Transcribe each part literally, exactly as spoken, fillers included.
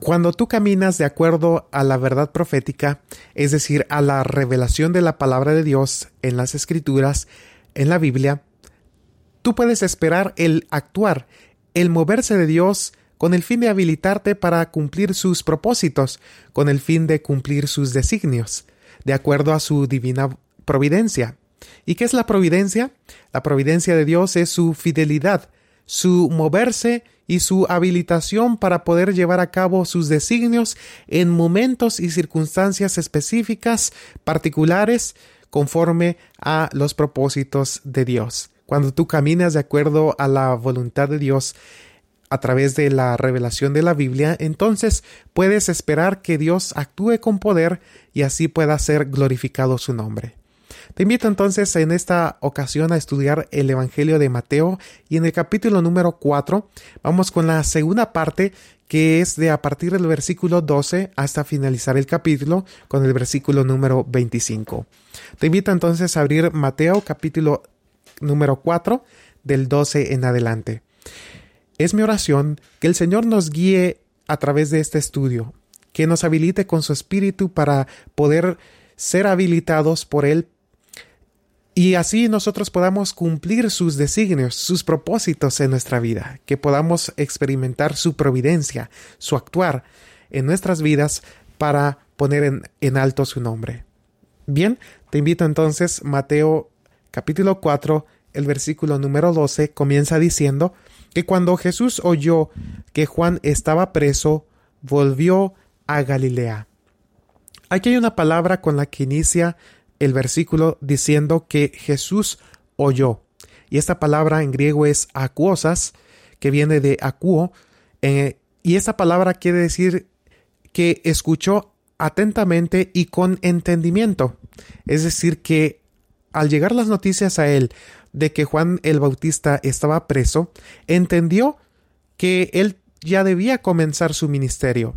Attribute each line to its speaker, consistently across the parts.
Speaker 1: Cuando tú caminas de acuerdo a la verdad profética, es decir, a la revelación de la palabra de Dios en las Escrituras, en la Biblia, tú puedes esperar el actuar, el moverse de Dios con el fin de habilitarte para cumplir sus propósitos, con el fin de cumplir sus designios, de acuerdo a su divina providencia. ¿Y qué es la providencia? La providencia de Dios es su fidelidad, su moverse y su habilitación para poder llevar a cabo sus designios en momentos y circunstancias específicas, particulares, conforme a los propósitos de Dios. Cuando tú caminas de acuerdo a la voluntad de Dios a través de la revelación de la Biblia, entonces puedes esperar que Dios actúe con poder y así pueda ser glorificado su nombre. Te invito entonces en esta ocasión a estudiar el Evangelio de Mateo y en el capítulo número cuatro vamos con la segunda parte, que es de a partir del versículo doce hasta finalizar el capítulo con el versículo número veinticinco. Te invito entonces a abrir Mateo capítulo número cuatro del doce en adelante. Es mi oración que el Señor nos guíe a través de este estudio, que nos habilite con su espíritu para poder ser habilitados por Él y así nosotros podamos cumplir sus designios, sus propósitos en nuestra vida, que podamos experimentar su providencia, su actuar en nuestras vidas para poner en, en alto su nombre. Bien, te invito entonces, Mateo capítulo cuatro, el versículo número doce, comienza diciendo que cuando Jesús oyó que Juan estaba preso, volvió a Galilea. Aquí hay una palabra con la que inicia el versículo diciendo que Jesús oyó. Y esta palabra en griego es akuosas, que viene de akuo, eh, y esta palabra quiere decir que escuchó atentamente y con entendimiento. Es decir, que al llegar las noticias a él de que Juan el Bautista estaba preso, entendió que él ya debía comenzar su ministerio.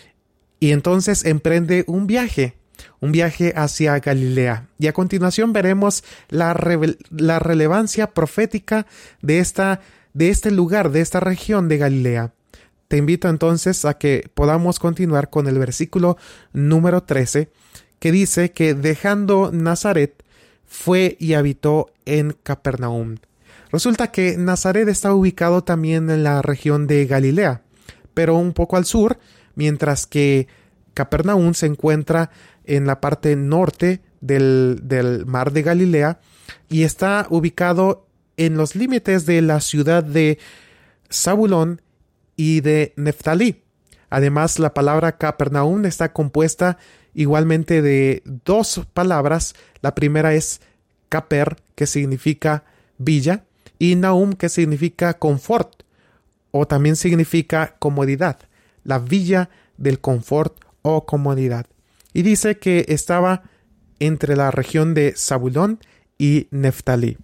Speaker 1: Y entonces emprende un viaje. Un viaje hacia Galilea. Y a continuación veremos la, rele- la relevancia profética de, esta, de este lugar, de esta región de Galilea. Te invito entonces a que podamos continuar con el versículo número trece, que dice que dejando Nazaret, fue y habitó en Capernaum. Resulta que Nazaret está ubicado también en la región de Galilea, pero un poco al sur, mientras que Capernaum se encuentra en la parte norte del, del mar de Galilea y está ubicado en los límites de la ciudad de Zabulón y de Neftalí. Además, la palabra Capernaum está compuesta igualmente de dos palabras. La primera es Caper, que significa villa, y Naum, que significa confort, o también significa comodidad, la villa del confort o comodidad. Y dice que estaba entre la región de Zabulón y Neftalí.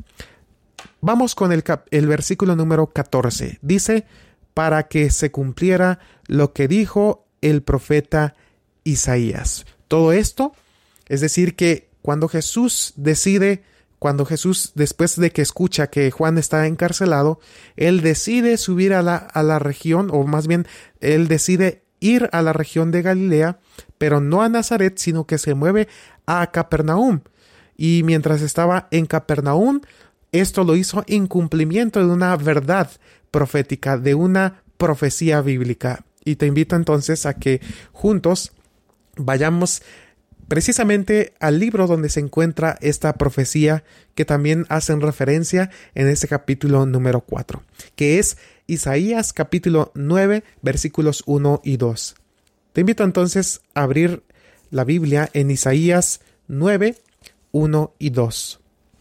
Speaker 1: Vamos con el, cap- el versículo número catorce. Dice, para que se cumpliera lo que dijo el profeta Isaías. Todo esto, es decir, que cuando Jesús decide, cuando Jesús, después de que escucha que Juan está encarcelado, él decide subir a la, a la región, o más bien, él decide ir a la región de Galilea, pero no a Nazaret, sino que se mueve a Capernaum. Y mientras estaba en Capernaum, esto lo hizo en cumplimiento de una verdad profética, de una profecía bíblica. Y te invito entonces a que juntos vayamos precisamente al libro donde se encuentra esta profecía que también hacen referencia en este capítulo número cuatro, que es Isaías capítulo nueve, versículos uno y dos. Te invito entonces a abrir la Biblia en Isaías nueve, uno y dos.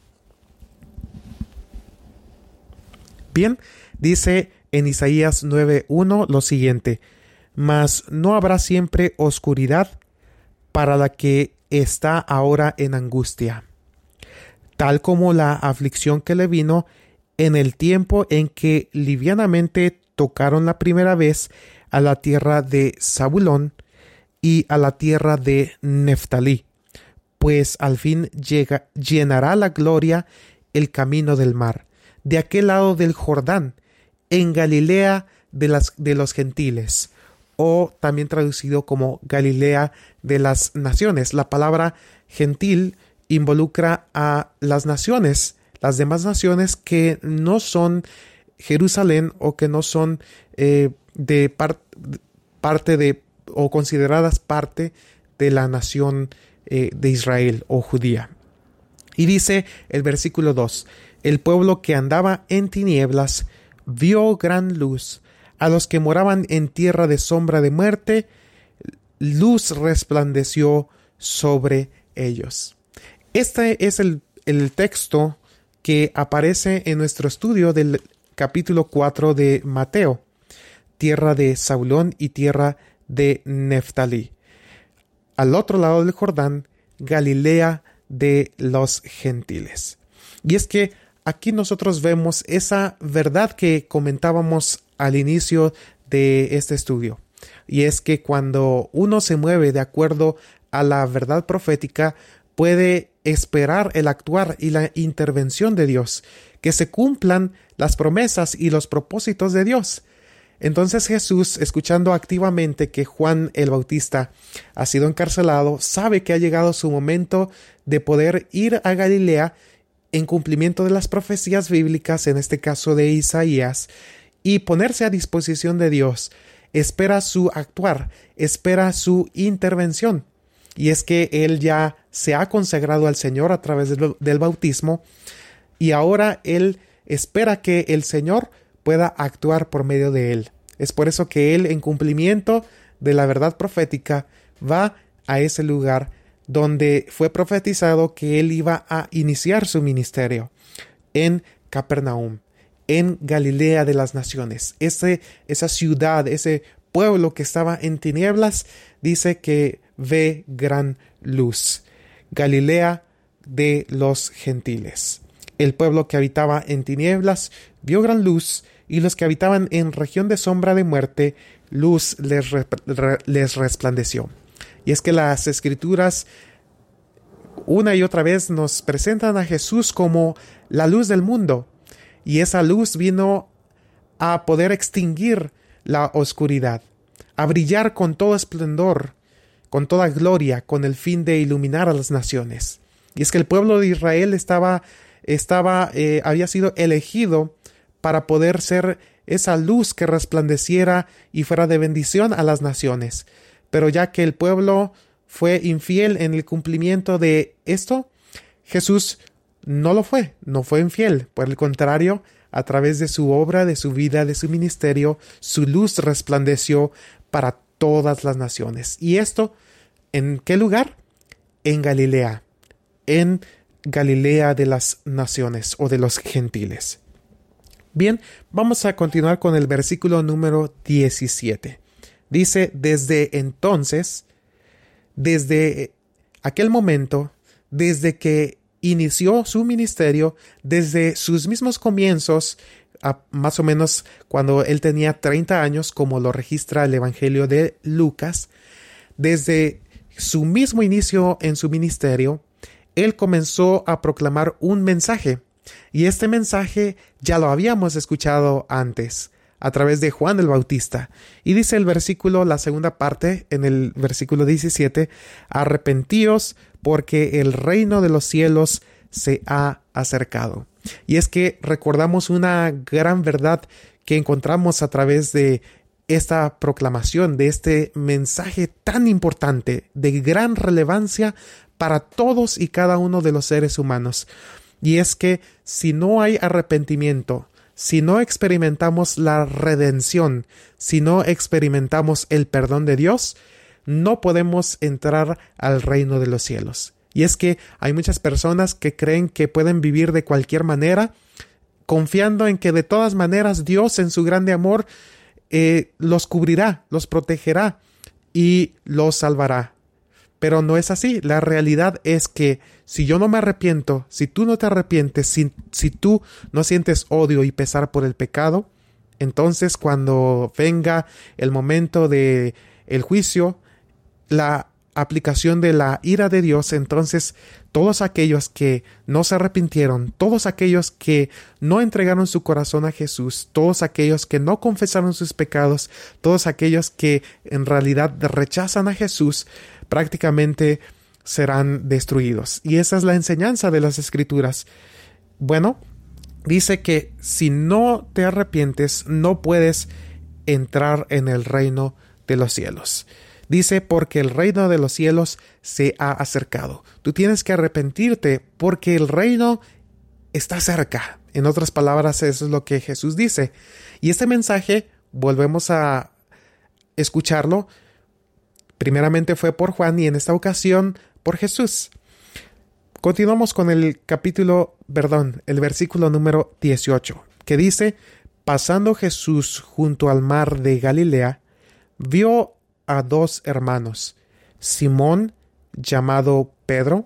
Speaker 1: Bien, dice en Isaías nueve, uno lo siguiente: mas no habrá siempre oscuridad para la que está ahora en angustia, tal como la aflicción que le vino en el tiempo en que livianamente tocaron la primera vez a la tierra de Zabulón y a la tierra de Neftalí, pues al fin llega, llenará la gloria el camino del mar, de aquel lado del Jordán, en Galilea de, las, de los gentiles. o también traducido como Galilea de las naciones. La palabra gentil involucra a las naciones, las demás naciones que no son Jerusalén o que no son eh, de par- parte de o consideradas parte de la nación eh, de Israel o judía. Y dice el versículo dos: el pueblo que andaba en tinieblas vio gran luz. A los que moraban en tierra de sombra de muerte, luz resplandeció sobre ellos. Este es el, el texto que aparece en nuestro estudio del capítulo cuatro de Mateo. Tierra de Zabulón y tierra de Neftalí. Al otro lado del Jordán, Galilea de los gentiles. Y es que aquí nosotros vemos esa verdad que comentábamos al inicio de este estudio. Y es que cuando uno se mueve de acuerdo a la verdad profética, puede esperar el actuar y la intervención de Dios, que se cumplan las promesas y los propósitos de Dios. Entonces Jesús, escuchando activamente que Juan el Bautista ha sido encarcelado, sabe que ha llegado su momento de poder ir a Galilea en cumplimiento de las profecías bíblicas, en este caso de Isaías, y ponerse a disposición de Dios. Espera su actuar, espera su intervención. Y es que él ya se ha consagrado al Señor a través del, del bautismo, y ahora él espera que el Señor pueda actuar por medio de él. Es por eso que él, en cumplimiento de la verdad profética, va a ese lugar donde fue profetizado que él iba a iniciar su ministerio, en Capernaum, en Galilea de las naciones. Ese, esa ciudad, ese pueblo que estaba en tinieblas, dice que ve gran luz. Galilea de los gentiles. El pueblo que habitaba en tinieblas vio gran luz, y los que habitaban en región de sombra de muerte, luz les, re, re, les resplandeció. Y es que las Escrituras una y otra vez nos presentan a Jesús como la luz del mundo, y esa luz vino a poder extinguir la oscuridad, a brillar con todo esplendor, con toda gloria, con el fin de iluminar a las naciones. Y es que el pueblo de Israel estaba, estaba, eh, había sido elegido para poder ser esa luz que resplandeciera y fuera de bendición a las naciones. Pero ya que el pueblo fue infiel en el cumplimiento de esto, Jesús no lo fue, no fue infiel. Por el contrario, a través de su obra, de su vida, de su ministerio, su luz resplandeció para todas las naciones. ¿Y esto en qué lugar? En Galilea, en Galilea de las naciones o de los gentiles. Bien, vamos a continuar con el versículo número diecisiete. Dice: desde entonces, desde aquel momento, desde que inició su ministerio, desde sus mismos comienzos, a más o menos cuando él tenía treinta años, como lo registra el Evangelio de Lucas, desde su mismo inicio en su ministerio, él comenzó a proclamar un mensaje. Y este mensaje ya lo habíamos escuchado antes, a través de Juan el Bautista. Y dice el versículo, la segunda parte, en el versículo diecisiete, arrepentíos porque el reino de los cielos se ha acercado. Y es que recordamos una gran verdad que encontramos a través de esta proclamación, de este mensaje tan importante, de gran relevancia para todos y cada uno de los seres humanos. Y es que si no hay arrepentimiento, si no experimentamos la redención, si no experimentamos el perdón de Dios, no podemos entrar al reino de los cielos. Y es que hay muchas personas que creen que pueden vivir de cualquier manera, confiando en que de todas maneras Dios en su grande amor eh, los cubrirá, los protegerá y los salvará. Pero no es así. La realidad es que si yo no me arrepiento, si tú no te arrepientes, si, si tú no sientes odio y pesar por el pecado, entonces cuando venga el momento de el juicio, la aplicación de la ira de Dios, entonces todos aquellos que no se arrepintieron, todos aquellos que no entregaron su corazón a Jesús, todos aquellos que no confesaron sus pecados, todos aquellos que en realidad rechazan a Jesús, prácticamente serán destruidos. Y esa es la enseñanza de las Escrituras. Bueno, dice que si no te arrepientes, no puedes entrar en el reino de los cielos. Dice, porque el reino de los cielos se ha acercado. Tú tienes que arrepentirte porque el reino está cerca. En otras palabras, eso es lo que Jesús dice. Y este mensaje, volvemos a escucharlo, primeramente fue por Juan y en esta ocasión por Jesús. Continuamos con el capítulo, perdón, el versículo número dieciocho, que dice, pasando Jesús junto al mar de Galilea, vio a dos hermanos, Simón, llamado Pedro,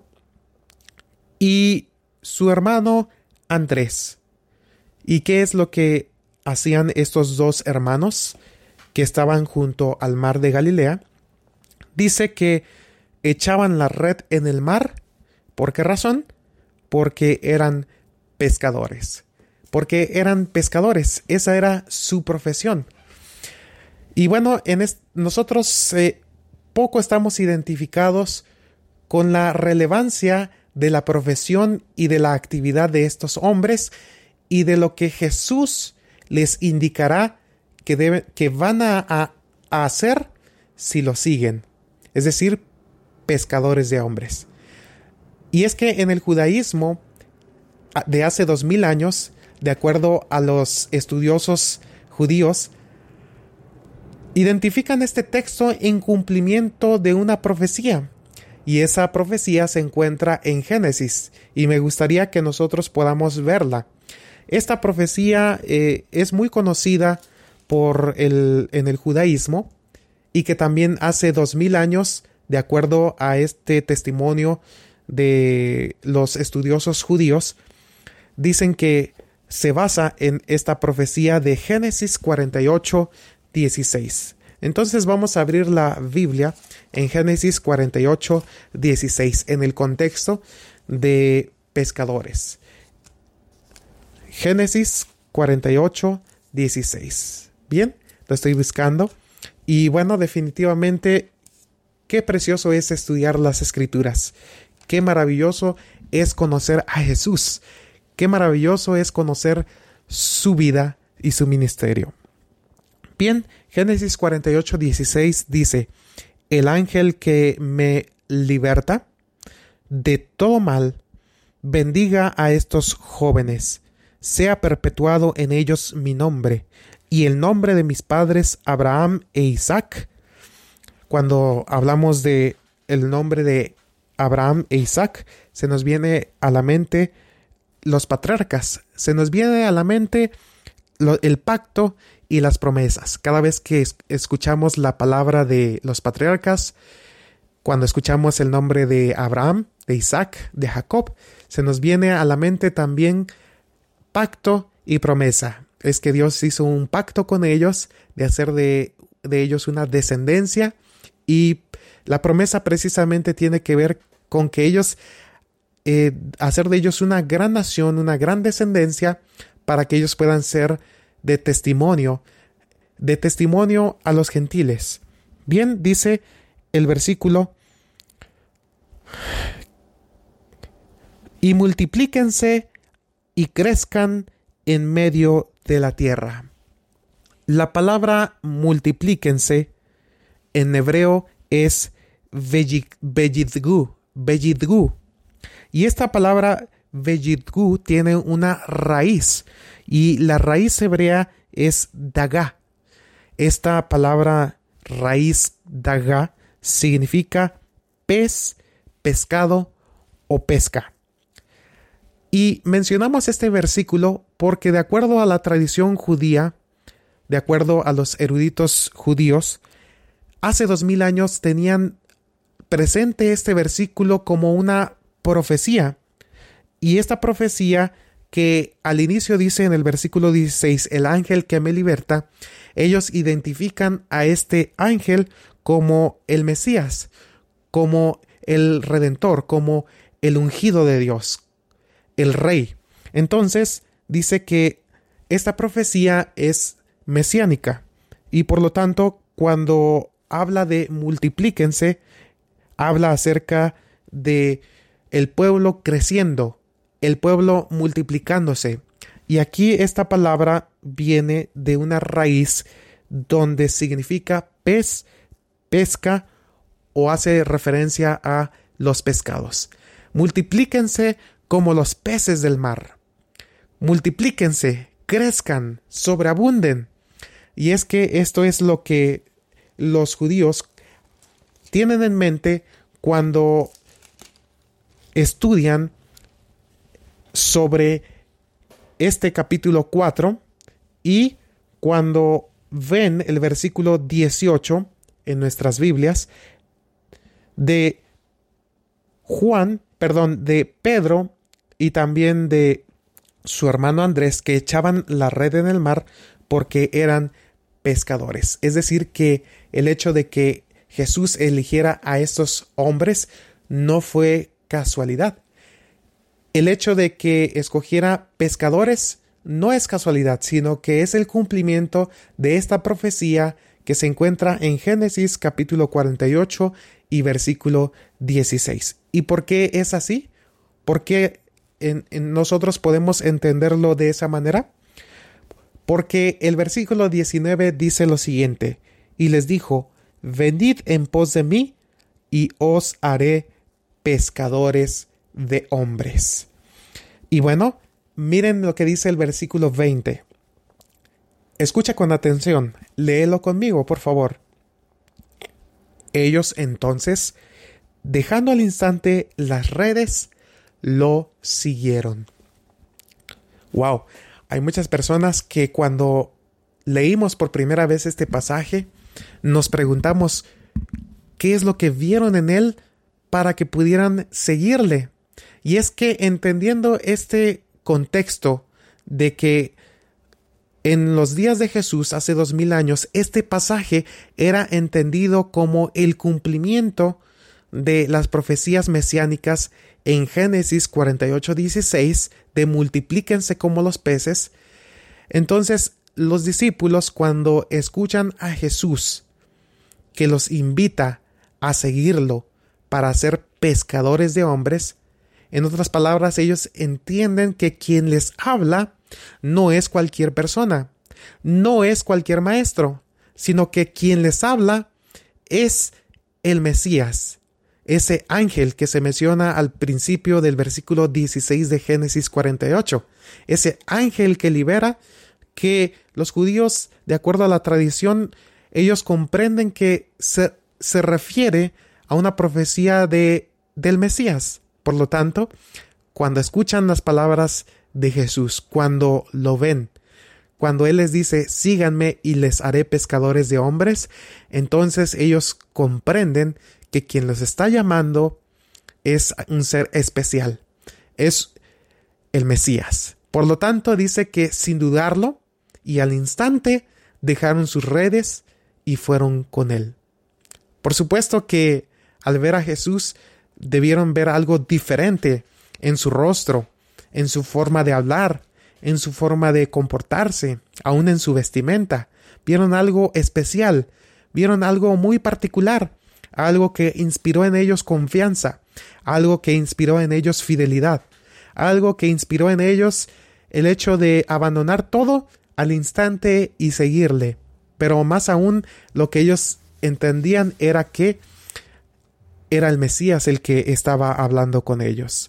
Speaker 1: y su hermano Andrés. ¿Y qué es lo que hacían estos dos hermanos que estaban junto al mar de Galilea? Dice que echaban la red en el mar. ¿Por qué razón? Porque eran pescadores. Porque eran pescadores. Esa era su profesión. Y bueno, en est- nosotros eh, poco estamos identificados con la relevancia de la profesión y de la actividad de estos hombres y de lo que Jesús les indicará que, deben, que van a, a, a hacer si lo siguen. Es decir, pescadores de hombres. Y es que en el judaísmo de hace dos mil años, de acuerdo a los estudiosos judíos, identifican este texto en cumplimiento de una profecía. Y esa profecía se encuentra en Génesis. Y me gustaría que nosotros podamos verla. Esta profecía eh, es muy conocida por el, en el judaísmo. Y que también hace dos mil años, de acuerdo a este testimonio de los estudiosos judíos, dicen que se basa en esta profecía de Génesis cuarenta y ocho, dieciséis. Entonces vamos a abrir la Biblia en Génesis cuarenta y ocho, dieciséis, en el contexto de pescadores. Génesis cuarenta y ocho, dieciséis. Bien, lo estoy buscando. Y bueno, definitivamente, qué precioso es estudiar las Escrituras. Qué maravilloso es conocer a Jesús. Qué maravilloso es conocer su vida y su ministerio. Bien, Génesis cuarenta y ocho, dieciséis dice, el ángel que me liberta de todo mal, bendiga a estos jóvenes, sea perpetuado en ellos mi nombre, y el nombre de mis padres Abraham e Isaac. Cuando hablamos de el nombre de Abraham e Isaac, se nos viene a la mente los patriarcas, se nos viene a la mente lo, el pacto y las promesas. Cada vez que es, escuchamos la palabra de los patriarcas, cuando escuchamos el nombre de Abraham, de Isaac, de Jacob, se nos viene a la mente también pacto y promesa. Es que Dios hizo un pacto con ellos de hacer de, de ellos una descendencia, y la promesa precisamente tiene que ver con que ellos, eh, hacer de ellos una gran nación, una gran descendencia, para que ellos puedan ser de testimonio, de testimonio a los gentiles. Bien, dice el versículo, y multiplíquense y crezcan en medio de la tierra. La palabra multiplíquense en hebreo es veyidgu, veyidgu. Y esta palabra veyidgu tiene una raíz, y la raíz hebrea es dagá. Esta palabra raíz dagá significa pez, pescado o pesca. Y mencionamos este versículo porque, de acuerdo a la tradición judía, de acuerdo a los eruditos judíos, hace dos mil años tenían presente este versículo como una profecía. Y esta profecía, que al inicio dice en el versículo dieciséis, el ángel que me liberta, ellos identifican a este ángel como el Mesías, como el Redentor, como el ungido de Dios, el Rey. Entonces dice que esta profecía es mesiánica y por lo tanto cuando habla de multiplíquense, habla acerca de el pueblo creciendo, el pueblo multiplicándose. Y aquí esta palabra viene de una raíz donde significa pez, pesca o hace referencia a los pescados. Multiplíquense como los peces del mar. Multiplíquense, crezcan, sobreabunden. Y es que esto es lo que los judíos tienen en mente cuando estudian sobre este capítulo cuatro y cuando ven el versículo dieciocho en nuestras Biblias de Juan, perdón, de Pedro y también de su hermano Andrés, que echaban la red en el mar porque eran pescadores. Es decir, que el hecho de que Jesús eligiera a estos hombres no fue casualidad. El hecho de que escogiera pescadores no es casualidad, sino que es el cumplimiento de esta profecía que se encuentra en Génesis capítulo cuarenta y ocho y versículo dieciséis. ¿Y por qué es así? ¿Por qué en, en nosotros podemos entenderlo de esa manera? Porque el versículo diecinueve dice lo siguiente: y les dijo, venid en pos de mí, y os haré pescadores de hombres. Y bueno, miren lo que dice el versículo veinte. Escucha con atención, léelo conmigo, por favor. Ellos entonces, dejando al instante las redes, lo siguieron. Wow, hay muchas personas que cuando leímos por primera vez este pasaje, nos preguntamos qué es lo que vieron en él para que pudieran seguirle. Y es que entendiendo este contexto de que en los días de Jesús, hace dos mil años, este pasaje era entendido como el cumplimiento de las profecías mesiánicas en Génesis cuarenta y ocho dieciséis de multiplíquense como los peces. Entonces, los discípulos, cuando escuchan a Jesús que los invita a seguirlo para ser pescadores de hombres, en otras palabras, ellos entienden que quien les habla no es cualquier persona, no es cualquier maestro, sino que quien les habla es el Mesías, ese ángel que se menciona al principio del versículo dieciséis de Génesis cuarenta y ocho, ese ángel que libera, que los judíos, de acuerdo a la tradición, ellos comprenden que se, se refiere a una profecía de, del Mesías. Por lo tanto, cuando escuchan las palabras de Jesús, cuando lo ven, cuando Él les dice, síganme y les haré pescadores de hombres, entonces ellos comprenden que quien los está llamando es un ser especial, es el Mesías. Por lo tanto, dice que sin dudarlo y al instante dejaron sus redes y fueron con Él. Por supuesto que al ver a Jesús debieron ver algo diferente en su rostro, en su forma de hablar, en su forma de comportarse, aún en su vestimenta. Vieron algo especial, vieron algo muy particular, algo que inspiró en ellos confianza, algo que inspiró en ellos fidelidad, algo que inspiró en ellos el hecho de abandonar todo al instante y seguirle. Pero más aún, lo que ellos entendían era que era el Mesías el que estaba hablando con ellos.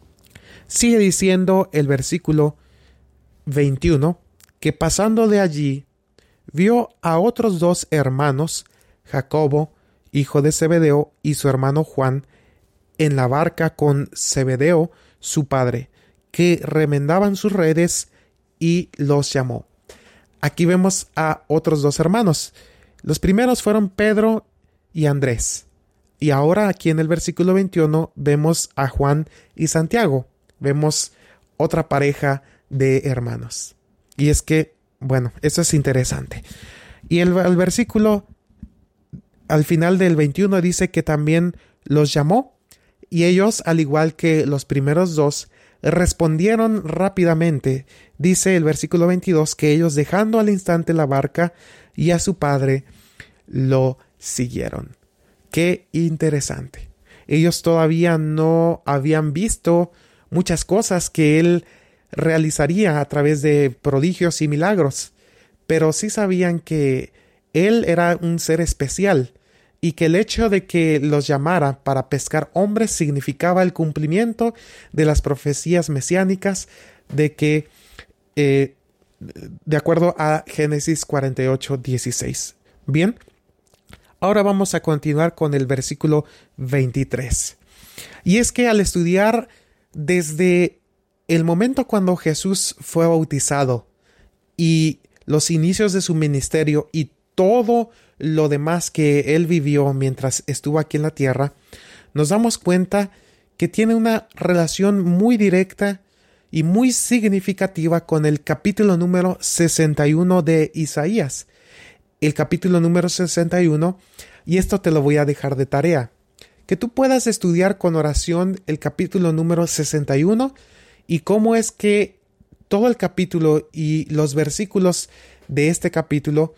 Speaker 1: Sigue diciendo el versículo veintiuno, que pasando de allí, vio a otros dos hermanos, Jacobo, hijo de Zebedeo, y su hermano Juan, en la barca con Zebedeo, su padre, que remendaban sus redes, y los llamó. Aquí vemos a otros dos hermanos. Los primeros fueron Pedro y Andrés. Y ahora aquí en el versículo veintiuno vemos a Juan y Santiago. Vemos otra pareja de hermanos. Y es que, bueno, eso es interesante. Y el, el versículo al final del veintiuno dice que también los llamó, y ellos, al igual que los primeros dos, respondieron rápidamente. Dice el versículo veintidós que ellos, dejando al instante la barca y a su padre, lo siguieron. Qué interesante. Ellos todavía no habían visto muchas cosas que él realizaría a través de prodigios y milagros, pero sí sabían que él era un ser especial y que el hecho de que los llamara para pescar hombres significaba el cumplimiento de las profecías mesiánicas de que, eh, de acuerdo a Génesis cuarenta y ocho, dieciséis. Bien, ahora vamos a continuar con el versículo veintitrés. Y es que al estudiar desde el momento cuando Jesús fue bautizado y los inicios de su ministerio y todo lo demás que él vivió mientras estuvo aquí en la tierra, nos damos cuenta que tiene una relación muy directa y muy significativa con el capítulo número sesenta y uno de Isaías. El capítulo número sesenta y uno, y esto te lo voy a dejar de tarea, que tú puedas estudiar con oración el capítulo número sesenta y uno y cómo es que todo el capítulo y los versículos de este capítulo,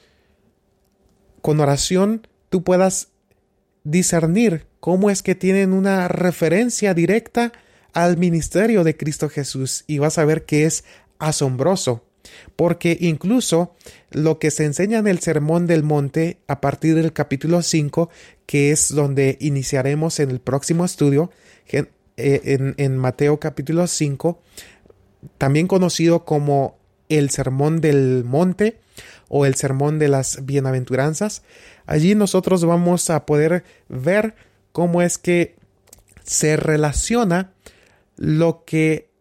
Speaker 1: con oración, tú puedas discernir cómo es que tienen una referencia directa al ministerio de Cristo Jesús, y vas a ver que es asombroso, porque incluso lo que se enseña en el Sermón del Monte a partir del capítulo cinco, que es donde iniciaremos en el próximo estudio, en, en, en Mateo capítulo cinco, también conocido como el Sermón del Monte o el Sermón de las Bienaventuranzas. Allí nosotros vamos a poder ver cómo es que se relaciona lo que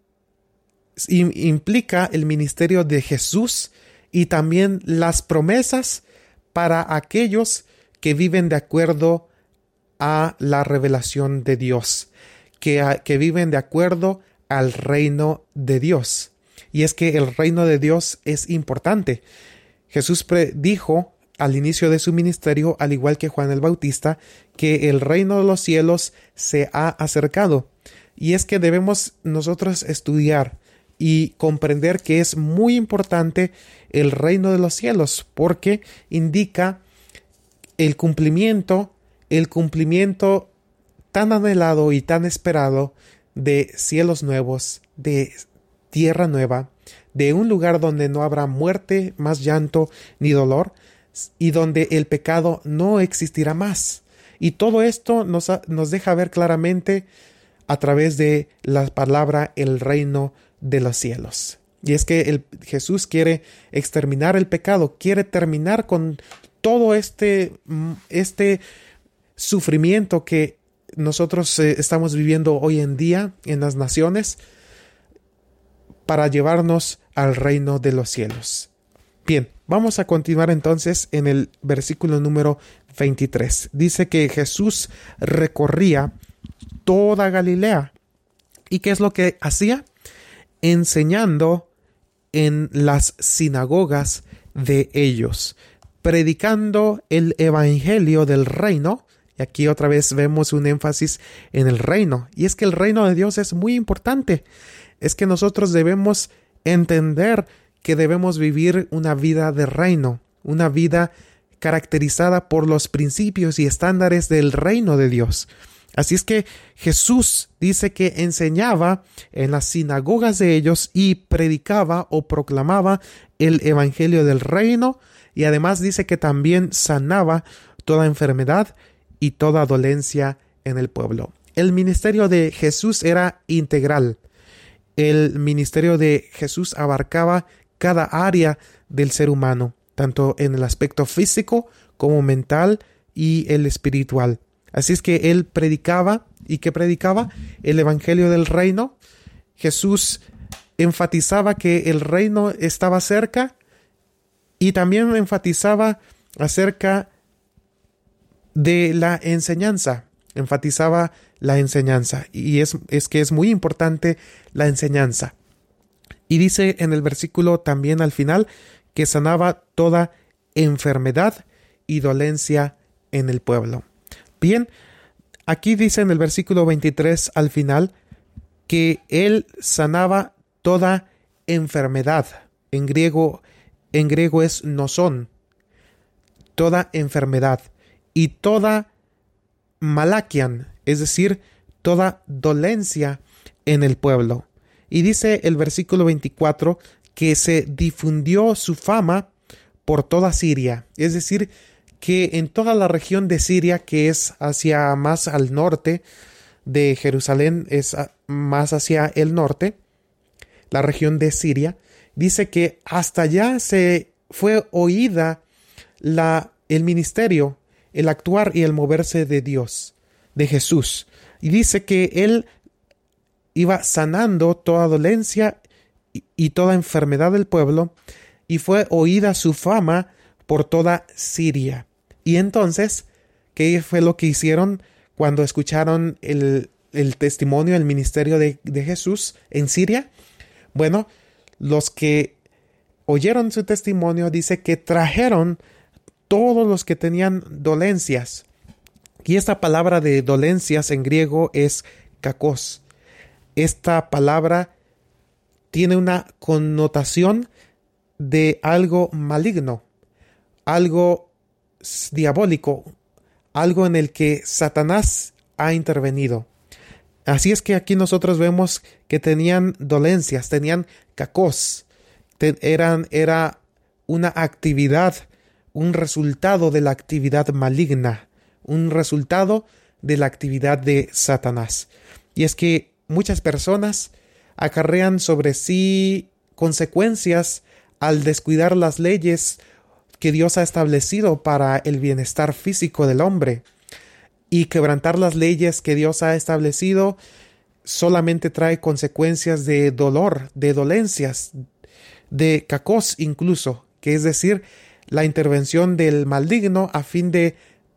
Speaker 1: implica el ministerio de Jesús y también las promesas para aquellos que viven de acuerdo a la revelación de Dios, que, que viven de acuerdo al reino de Dios. Y es que el reino de Dios es importante. Jesús dijo al inicio de su ministerio, al igual que Juan el Bautista, que el reino de los cielos se ha acercado. Y es que debemos nosotros estudiar y comprender que es muy importante el reino de los cielos, porque indica el cumplimiento, el cumplimiento tan anhelado y tan esperado de cielos nuevos, de tierra nueva, de un lugar donde no habrá muerte, más llanto ni dolor, y donde el pecado no existirá más. Y todo esto nos, nos deja ver claramente a través de la palabra el reino de los cielos. Y es que el, Jesús quiere exterminar el pecado, quiere terminar con todo este, este sufrimiento que nosotros eh, estamos viviendo hoy en día en las naciones, para llevarnos al reino de los cielos. Bien, vamos a continuar entonces en el versículo número veintitrés. Dice que Jesús recorría toda Galilea. ¿Y qué es lo que hacía? Enseñando en las sinagogas de ellos, predicando el evangelio del reino. Y aquí otra vez vemos un énfasis en el reino. Y es que el reino de Dios es muy importante. Es que nosotros debemos entender que debemos vivir una vida de reino, una vida caracterizada por los principios y estándares del reino de Dios. Así es que Jesús dice que enseñaba en las sinagogas de ellos y predicaba o proclamaba el evangelio del reino, y además dice que también sanaba toda enfermedad y toda dolencia en el pueblo. El ministerio de Jesús era integral. El ministerio de Jesús abarcaba cada área del ser humano, tanto en el aspecto físico como mental y el espiritual. Así es que él predicaba, ¿y qué predicaba? El evangelio del reino. Jesús enfatizaba que el reino estaba cerca y también enfatizaba acerca de la enseñanza. Enfatizaba la enseñanza, y es, es que es muy importante la enseñanza. Y dice en el versículo también al final que sanaba toda enfermedad y dolencia en el pueblo. Bien, aquí dice en el versículo veintitrés al final que él sanaba toda enfermedad. En griego, en griego es nosón, toda enfermedad y toda malaquian, es decir, toda dolencia en el pueblo. Y dice el versículo veinticuatro que se difundió su fama por toda Siria, es decir, que en toda la región de Siria, que es hacia más al norte de Jerusalén, es más hacia el norte, la región de Siria, dice que hasta allá se fue oída la, el ministerio, el actuar y el moverse de Dios, de Jesús. Y dice que él iba sanando toda dolencia y, y toda enfermedad del pueblo, y fue oída su fama por toda Siria. Y entonces, ¿qué fue lo que hicieron cuando escucharon el, el testimonio, el ministerio de, de Jesús en Siria? Bueno, los que oyeron su testimonio dice que trajeron todos los que tenían dolencias. Y esta palabra de dolencias en griego es kakos. Esta palabra tiene una connotación de algo maligno, algo diabólico, algo en el que Satanás ha intervenido. Así es que aquí nosotros vemos que tenían dolencias, tenían kakos, te, eran, era una actividad, un resultado de la actividad maligna, un resultado de la actividad de Satanás. Y es que muchas personas acarrean sobre sí consecuencias al descuidar las leyes que Dios ha establecido para el bienestar físico del hombre. Y quebrantar las leyes que Dios ha establecido solamente trae consecuencias de dolor, de dolencias, de kakos incluso, que es decir, la intervención del maligno a fin de,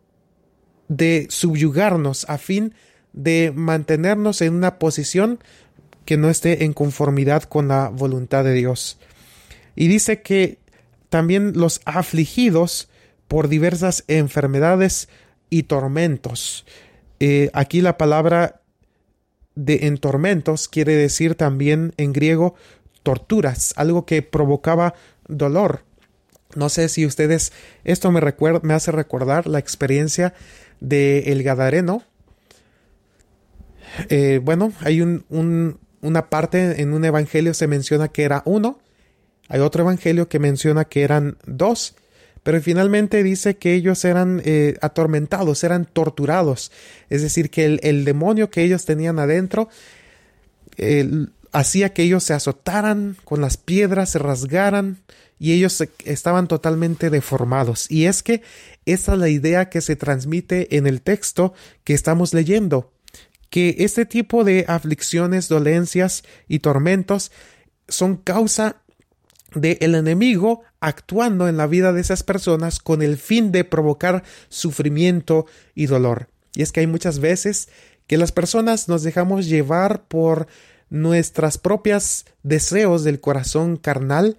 Speaker 1: de subyugarnos, a fin de mantenernos en una posición que no esté en conformidad con la voluntad de Dios. Y dice que también los afligidos por diversas enfermedades y tormentos. Eh, aquí la palabra de en tormentos quiere decir también en griego torturas, algo que provocaba dolor. No sé si ustedes, esto me, recuerda, me hace recordar la experiencia de el Gadareno. Eh, bueno, hay un, un, una parte en un evangelio se menciona que era uno, hay otro evangelio que menciona que eran dos, pero finalmente dice que ellos eran eh, atormentados, eran torturados. Es decir, que el, el demonio que ellos tenían adentro eh, hacía que ellos se azotaran con las piedras, se rasgaran y ellos se, estaban totalmente deformados. Y es que esa es la idea que se transmite en el texto que estamos leyendo, que este tipo de aflicciones, dolencias y tormentos son causa del enemigo actuando en la vida de esas personas con el fin de provocar sufrimiento y dolor. Y es que hay muchas veces que las personas nos dejamos llevar por nuestras propias deseos del corazón carnal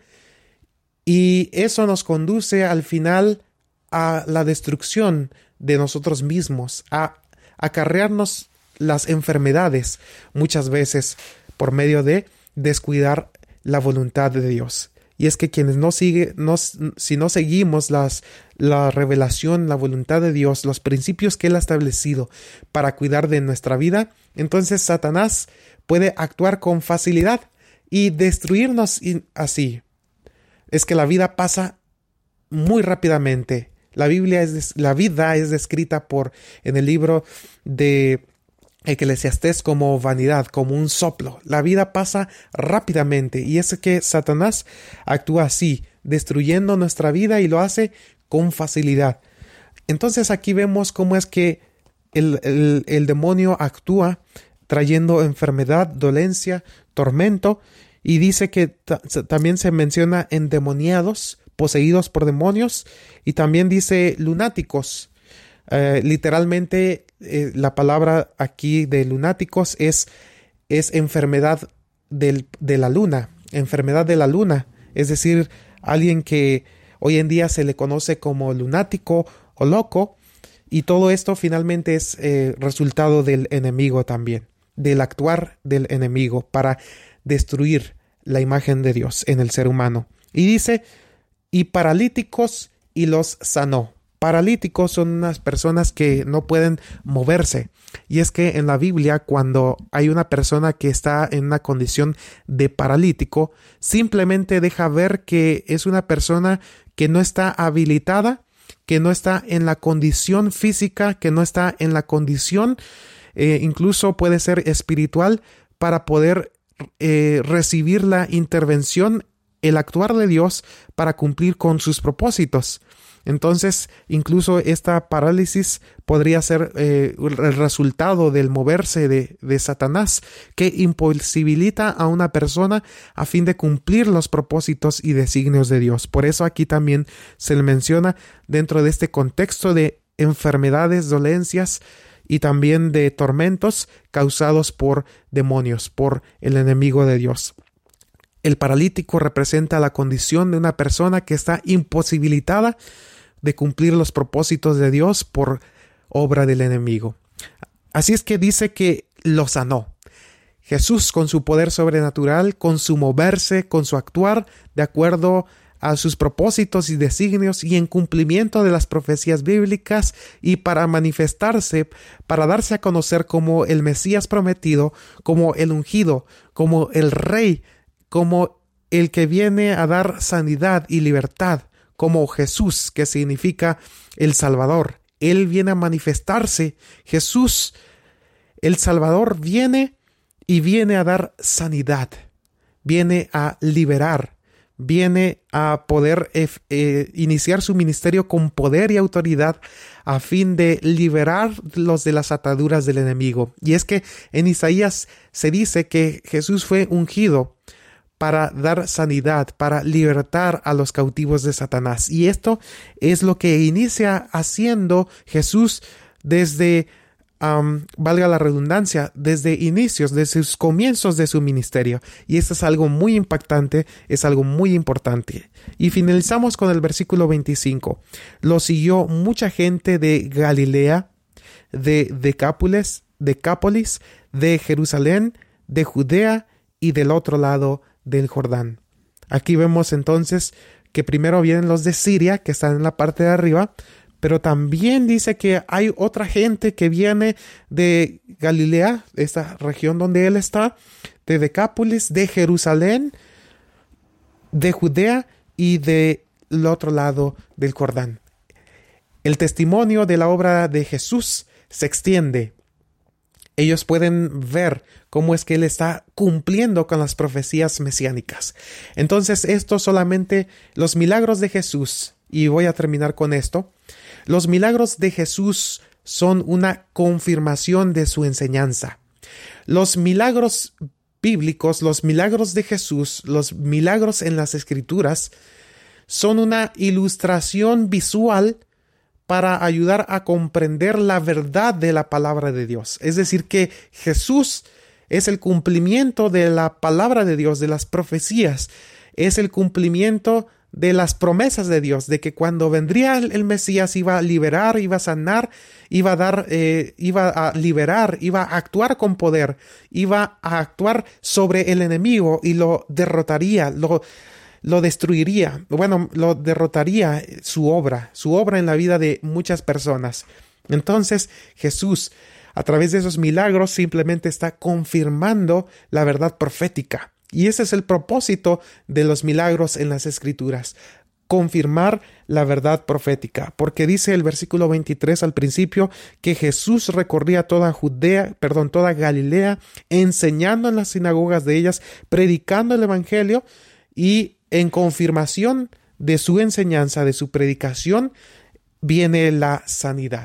Speaker 1: y eso nos conduce al final a la destrucción de nosotros mismos, a acarrearnos las enfermedades muchas veces por medio de descuidar la voluntad de Dios. Y es que quienes no siguen, no, si no seguimos las, la revelación, la voluntad de Dios, los principios que Él ha establecido para cuidar de nuestra vida, entonces Satanás puede actuar con facilidad y destruirnos así. Es que la vida pasa muy rápidamente. La Biblia es, la vida es descrita por, en el libro de Eclesiastés como vanidad, como un soplo. La vida pasa rápidamente y es que Satanás actúa así, destruyendo nuestra vida y lo hace con facilidad. Entonces aquí vemos cómo es que el, el, el demonio actúa trayendo enfermedad, dolencia, tormento y dice que ta- también se menciona endemoniados, poseídos por demonios y también dice lunáticos. Uh, literalmente eh, la palabra aquí de lunáticos es, es enfermedad del, de la luna, enfermedad de la luna, es decir, alguien que hoy en día se le conoce como lunático o loco Y todo esto finalmente es eh, resultado del enemigo también, del actuar del enemigo para destruir la imagen de Dios en el ser humano. Y dice, y paralíticos y los sanó. Paralíticos son unas personas que no pueden moverse. Y es que en la Biblia, cuando hay una persona que está en una condición de paralítico, simplemente deja ver que es una persona que no está habilitada, que no está en la condición física, que no está en la condición, eh, incluso puede ser espiritual, para poder eh, recibir la intervención, el actuar de Dios para cumplir con sus propósitos. Entonces, incluso esta parálisis podría ser eh, el resultado del moverse de, de Satanás, que imposibilita a una persona a fin de cumplir los propósitos y designios de Dios. Por eso aquí también se le menciona dentro de este contexto de enfermedades, dolencias y también de tormentos causados por demonios, por el enemigo de Dios. El paralítico representa la condición de una persona que está imposibilitada de cumplir los propósitos de Dios por obra del enemigo. Así es que dice que lo sanó. Jesús, con su poder sobrenatural, con su moverse, con su actuar, de acuerdo a sus propósitos y designios y en cumplimiento de las profecías bíblicas y para manifestarse, para darse a conocer como el Mesías prometido, como el ungido, como el Rey, como el que viene a dar sanidad y libertad, como Jesús, que significa el Salvador. Él viene a manifestarse. Jesús, el Salvador, viene y viene a dar sanidad, viene a liberar, viene a poder eh, eh, iniciar su ministerio con poder y autoridad a fin de liberarlos de las ataduras del enemigo. Y es que en Isaías se dice que Jesús fue ungido para dar sanidad, para libertar a los cautivos de Satanás. Y esto es lo que inicia haciendo Jesús desde, um, valga la redundancia, desde inicios, desde sus comienzos de su ministerio. Y esto es algo muy impactante, es algo muy importante. Y finalizamos con el versículo veinticinco. Lo siguió mucha gente de Galilea, de Decápolis, Decápolis, de Jerusalén, de Judea y del otro lado del Jordán. Aquí vemos entonces que primero vienen los de Siria, que están en la parte de arriba, pero también dice que hay otra gente que viene de Galilea, esta región donde él está, de Decápolis, de Jerusalén, de Judea y del otro lado del Jordán. El testimonio de la obra de Jesús se extiende. Ellos pueden ver cómo es que Él está cumpliendo con las profecías mesiánicas. Entonces, esto solamente, los milagros de Jesús, y voy a terminar con esto, los milagros de Jesús son una confirmación de su enseñanza. Los milagros bíblicos, los milagros de Jesús, los milagros en las Escrituras, son una ilustración visual para ayudar a comprender la verdad de la palabra de Dios. Es decir, que Jesús es el cumplimiento de la palabra de Dios, de las profecías. Es el cumplimiento de las promesas de Dios, de que cuando vendría el Mesías iba a liberar, iba a sanar, iba a dar, eh, iba a liberar, iba a actuar con poder, iba a actuar sobre el enemigo y lo derrotaría, lo lo destruiría, bueno, lo derrotaría su obra, su obra en la vida de muchas personas. Entonces, Jesús, a través de esos milagros, simplemente está confirmando la verdad profética. Y ese es el propósito de los milagros en las Escrituras, confirmar la verdad profética, porque dice el versículo veintitrés al principio que Jesús recorría toda Judea, perdón, toda Galilea, enseñando en las sinagogas de ellas, predicando el evangelio, y en confirmación de su enseñanza, de su predicación, viene la sanidad.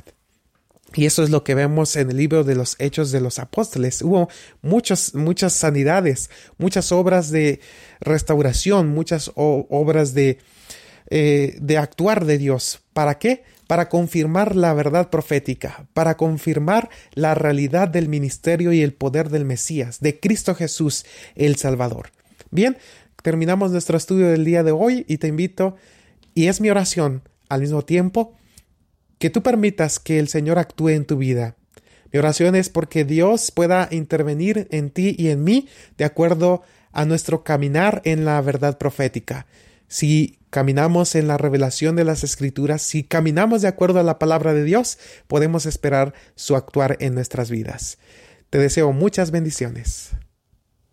Speaker 1: Y eso es lo que vemos en el libro de los Hechos de los Apóstoles. Hubo muchas, muchas sanidades, muchas obras de restauración, muchas o- obras de, eh, de actuar de Dios. ¿Para qué? Para confirmar la verdad profética, para confirmar la realidad del ministerio y el poder del Mesías, de Cristo Jesús, el Salvador. Bien, terminamos nuestro estudio del día de hoy y te invito, y es mi oración al mismo tiempo, que tú permitas que el Señor actúe en tu vida. Mi oración es porque Dios pueda intervenir en ti y en mí de acuerdo a nuestro caminar en la verdad profética. Si caminamos en la revelación de las Escrituras, si caminamos de acuerdo a la palabra de Dios, podemos esperar su actuar en nuestras vidas. Te deseo muchas bendiciones.